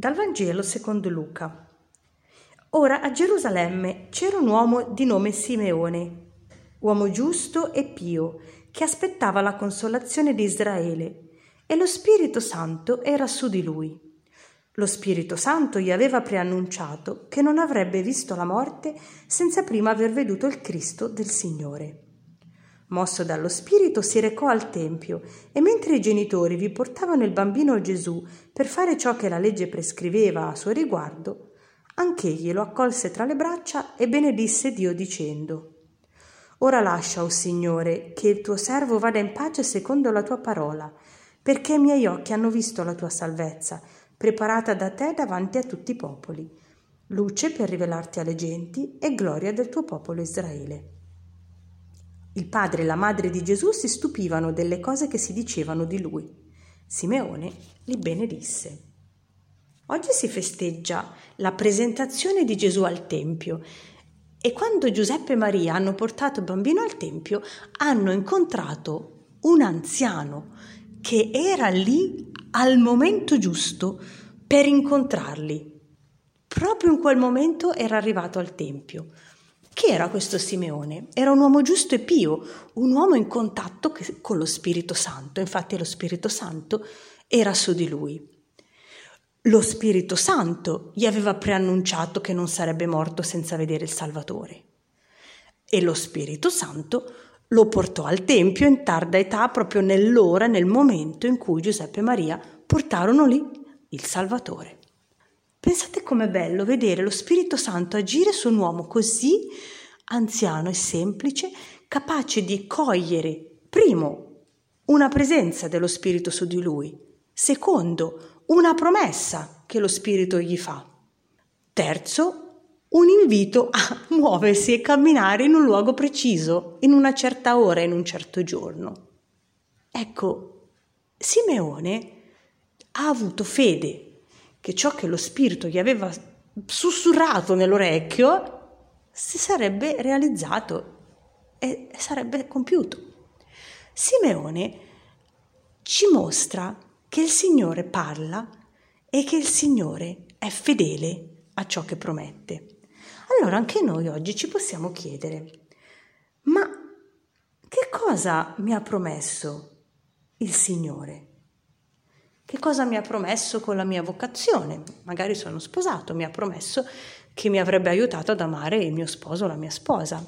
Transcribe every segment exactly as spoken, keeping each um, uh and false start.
Dal Vangelo secondo Luca. Ora a Gerusalemme c'era un uomo di nome Simeone, uomo giusto e pio, che aspettava la consolazione di Israele, e lo Spirito Santo era su di lui. Lo Spirito Santo gli aveva preannunciato che non avrebbe visto la morte senza prima aver veduto il Cristo del Signore. Mosso dallo Spirito si recò al Tempio e mentre i genitori vi portavano il bambino Gesù per fare ciò che la legge prescriveva a suo riguardo, anch'egli lo accolse tra le braccia e benedisse Dio dicendo: «Ora lascia, o Signore, che il tuo servo vada in pace secondo la tua parola, perché i miei occhi hanno visto la tua salvezza, preparata da te davanti a tutti i popoli, luce per rivelarti alle genti e gloria del tuo popolo Israele». Il padre e la madre di Gesù si stupivano delle cose che si dicevano di lui. Simeone li benedisse. Oggi si festeggia la presentazione di Gesù al Tempio e quando Giuseppe e Maria hanno portato il bambino al Tempio hanno incontrato un anziano che era lì al momento giusto per incontrarli. Proprio in quel momento era arrivato al Tempio. Chi era questo Simeone? Era un uomo giusto e pio, un uomo in contatto con lo Spirito Santo. Infatti lo Spirito Santo era su di lui. Lo Spirito Santo gli aveva preannunciato che non sarebbe morto senza vedere il Salvatore. E lo Spirito Santo lo portò al Tempio in tarda età, proprio nell'ora, nel momento in cui Giuseppe e Maria portarono lì il Salvatore. Pensate com'è bello vedere lo Spirito Santo agire su un uomo così anziano e semplice, capace di cogliere, primo, una presenza dello Spirito su di lui, secondo, una promessa che lo Spirito gli fa, terzo, un invito a muoversi e camminare in un luogo preciso, in una certa ora, in un certo giorno. Ecco, Simeone ha avuto fede che ciò che lo Spirito gli aveva sussurrato nell'orecchio si sarebbe realizzato e sarebbe compiuto. Simeone ci mostra che il Signore parla e che il Signore è fedele a ciò che promette. Allora anche noi oggi ci possiamo chiedere: ma che cosa mi ha promesso il Signore? Che cosa mi ha promesso con la mia vocazione? Magari sono sposato, mi ha promesso che mi avrebbe aiutato ad amare il mio sposo o la mia sposa.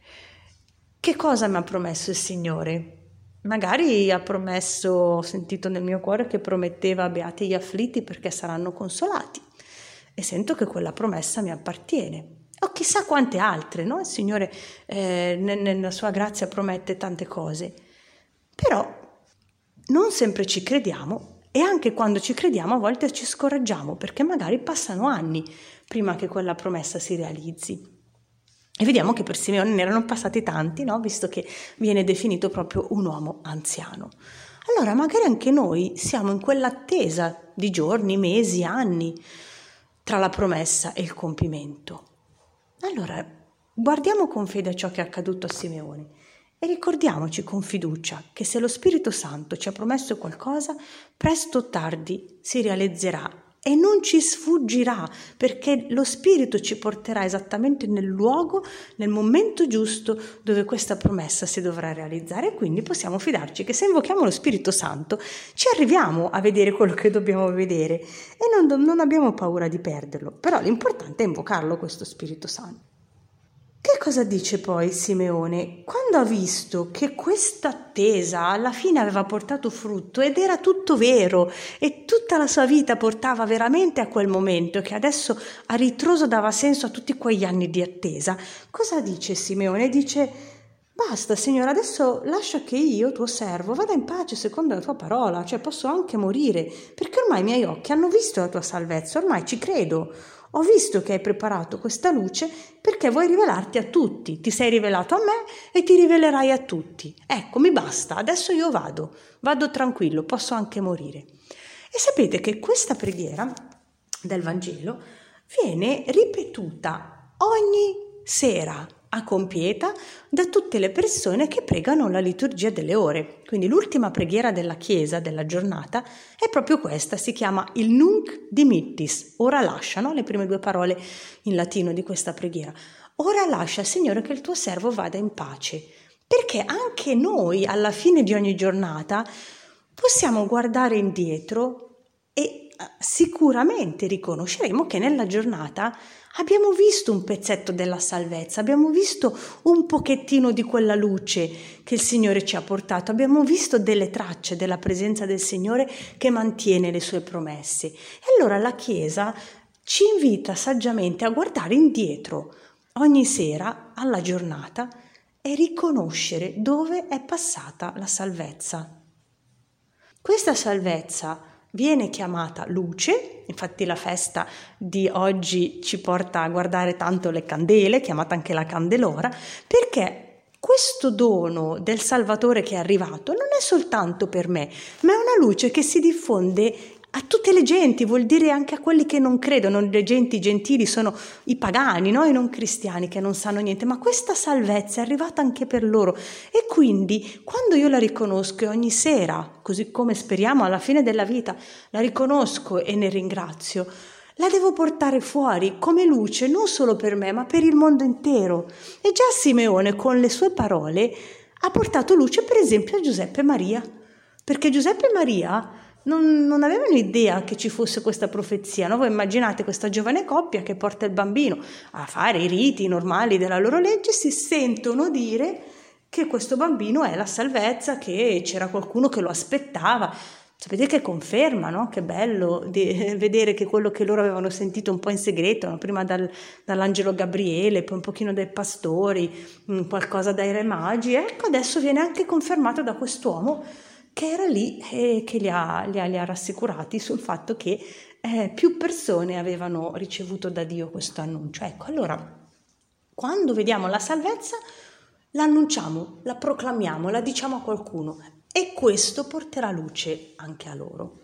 Che cosa mi ha promesso il Signore? Magari ha promesso, ho sentito nel mio cuore che prometteva beati gli afflitti perché saranno consolati e sento che quella promessa mi appartiene. O chissà quante altre, no? Il Signore eh, nella sua grazia promette tante cose, però non sempre ci crediamo. E anche quando ci crediamo a volte ci scoraggiamo perché magari passano anni prima che quella promessa si realizzi. E vediamo che per Simeone ne erano passati tanti, no? Visto che viene definito proprio un uomo anziano. Allora magari anche noi siamo in quell'attesa di giorni, mesi, anni tra la promessa e il compimento. Allora guardiamo con fede a ciò che è accaduto a Simeone. E ricordiamoci con fiducia che se lo Spirito Santo ci ha promesso qualcosa, presto o tardi si realizzerà e non ci sfuggirà, perché lo Spirito ci porterà esattamente nel luogo, nel momento giusto dove questa promessa si dovrà realizzare. E quindi possiamo fidarci che se invochiamo lo Spirito Santo ci arriviamo a vedere quello che dobbiamo vedere e non, non abbiamo paura di perderlo. Però l'importante è invocarlo, questo Spirito Santo. Che cosa dice poi Simeone? Quando ha visto che questa attesa alla fine aveva portato frutto ed era tutto vero e tutta la sua vita portava veramente a quel momento che adesso a ritroso dava senso a tutti quegli anni di attesa, cosa dice Simeone? Dice: basta Signore, adesso lascia che io, tuo servo, vada in pace secondo la tua parola, cioè posso anche morire, perché ormai i miei occhi hanno visto la tua salvezza, ormai ci credo. Ho visto che hai preparato questa luce perché vuoi rivelarti a tutti. Ti sei rivelato a me e ti rivelerai a tutti. Ecco, mi basta, adesso io vado, vado tranquillo, posso anche morire. E sapete che questa preghiera del Vangelo viene ripetuta ogni sera, accompieta da tutte le persone che pregano la liturgia delle ore. Quindi l'ultima preghiera della Chiesa della giornata è proprio questa, si chiama il Nunc Dimittis, ora lasciano, le prime due parole in latino di questa preghiera. Ora lascia, Signore, che il tuo servo vada in pace, perché anche noi alla fine di ogni giornata possiamo guardare indietro e sicuramente riconosceremo che nella giornata abbiamo visto un pezzetto della salvezza, abbiamo visto un pochettino di quella luce che il Signore ci ha portato, abbiamo visto delle tracce della presenza del Signore che mantiene le sue promesse. E allora la Chiesa ci invita saggiamente a guardare indietro ogni sera alla giornata e riconoscere dove è passata la salvezza. Questa salvezza viene chiamata luce, infatti la festa di oggi ci porta a guardare tanto le candele, chiamata anche la candelora, perché questo dono del Salvatore che è arrivato non è soltanto per me, ma è una luce che si diffonde a tutte le genti, vuol dire anche a quelli che non credono. Le genti gentili sono i pagani, no? I non cristiani che non sanno niente, ma questa salvezza è arrivata anche per loro e quindi quando io la riconosco e ogni sera, così come speriamo alla fine della vita, la riconosco e ne ringrazio, la devo portare fuori come luce non solo per me ma per il mondo intero. E già Simeone con le sue parole ha portato luce per esempio a Giuseppe e Maria, perché Giuseppe e Maria Non, non avevano idea che ci fosse questa profezia, no? Voi immaginate questa giovane coppia che porta il bambino a fare i riti normali della loro legge, si sentono dire che questo bambino è la salvezza, che c'era qualcuno che lo aspettava. Sapete che conferma, no? Che bello di vedere che quello che loro avevano sentito un po' in segreto, no? Prima dal, dall'angelo Gabriele, poi un pochino dai pastori, qualcosa dai re magi, ecco adesso viene anche confermato da quest'uomo che era lì e che li ha, li ha, li ha rassicurati sul fatto che eh, più persone avevano ricevuto da Dio questo annuncio. Ecco, allora, quando vediamo la salvezza, l'annunciamo, la proclamiamo, la diciamo a qualcuno e questo porterà luce anche a loro.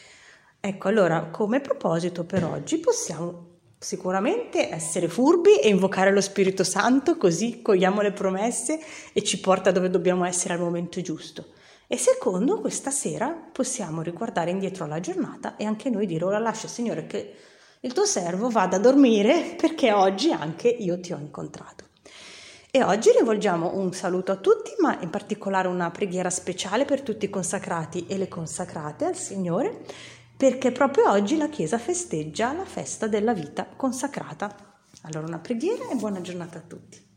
Ecco, allora, come proposito per oggi possiamo sicuramente essere furbi e invocare lo Spirito Santo, così cogliamo le promesse e ci porta dove dobbiamo essere al momento giusto. E secondo, questa sera possiamo riguardare indietro alla giornata e anche noi dire: ora lascia, Signore, che il tuo servo vada a dormire perché oggi anche io ti ho incontrato. E oggi rivolgiamo un saluto a tutti, ma in particolare una preghiera speciale per tutti i consacrati e le consacrate al Signore, perché proprio oggi la Chiesa festeggia la festa della vita consacrata. Allora una preghiera e buona giornata a tutti.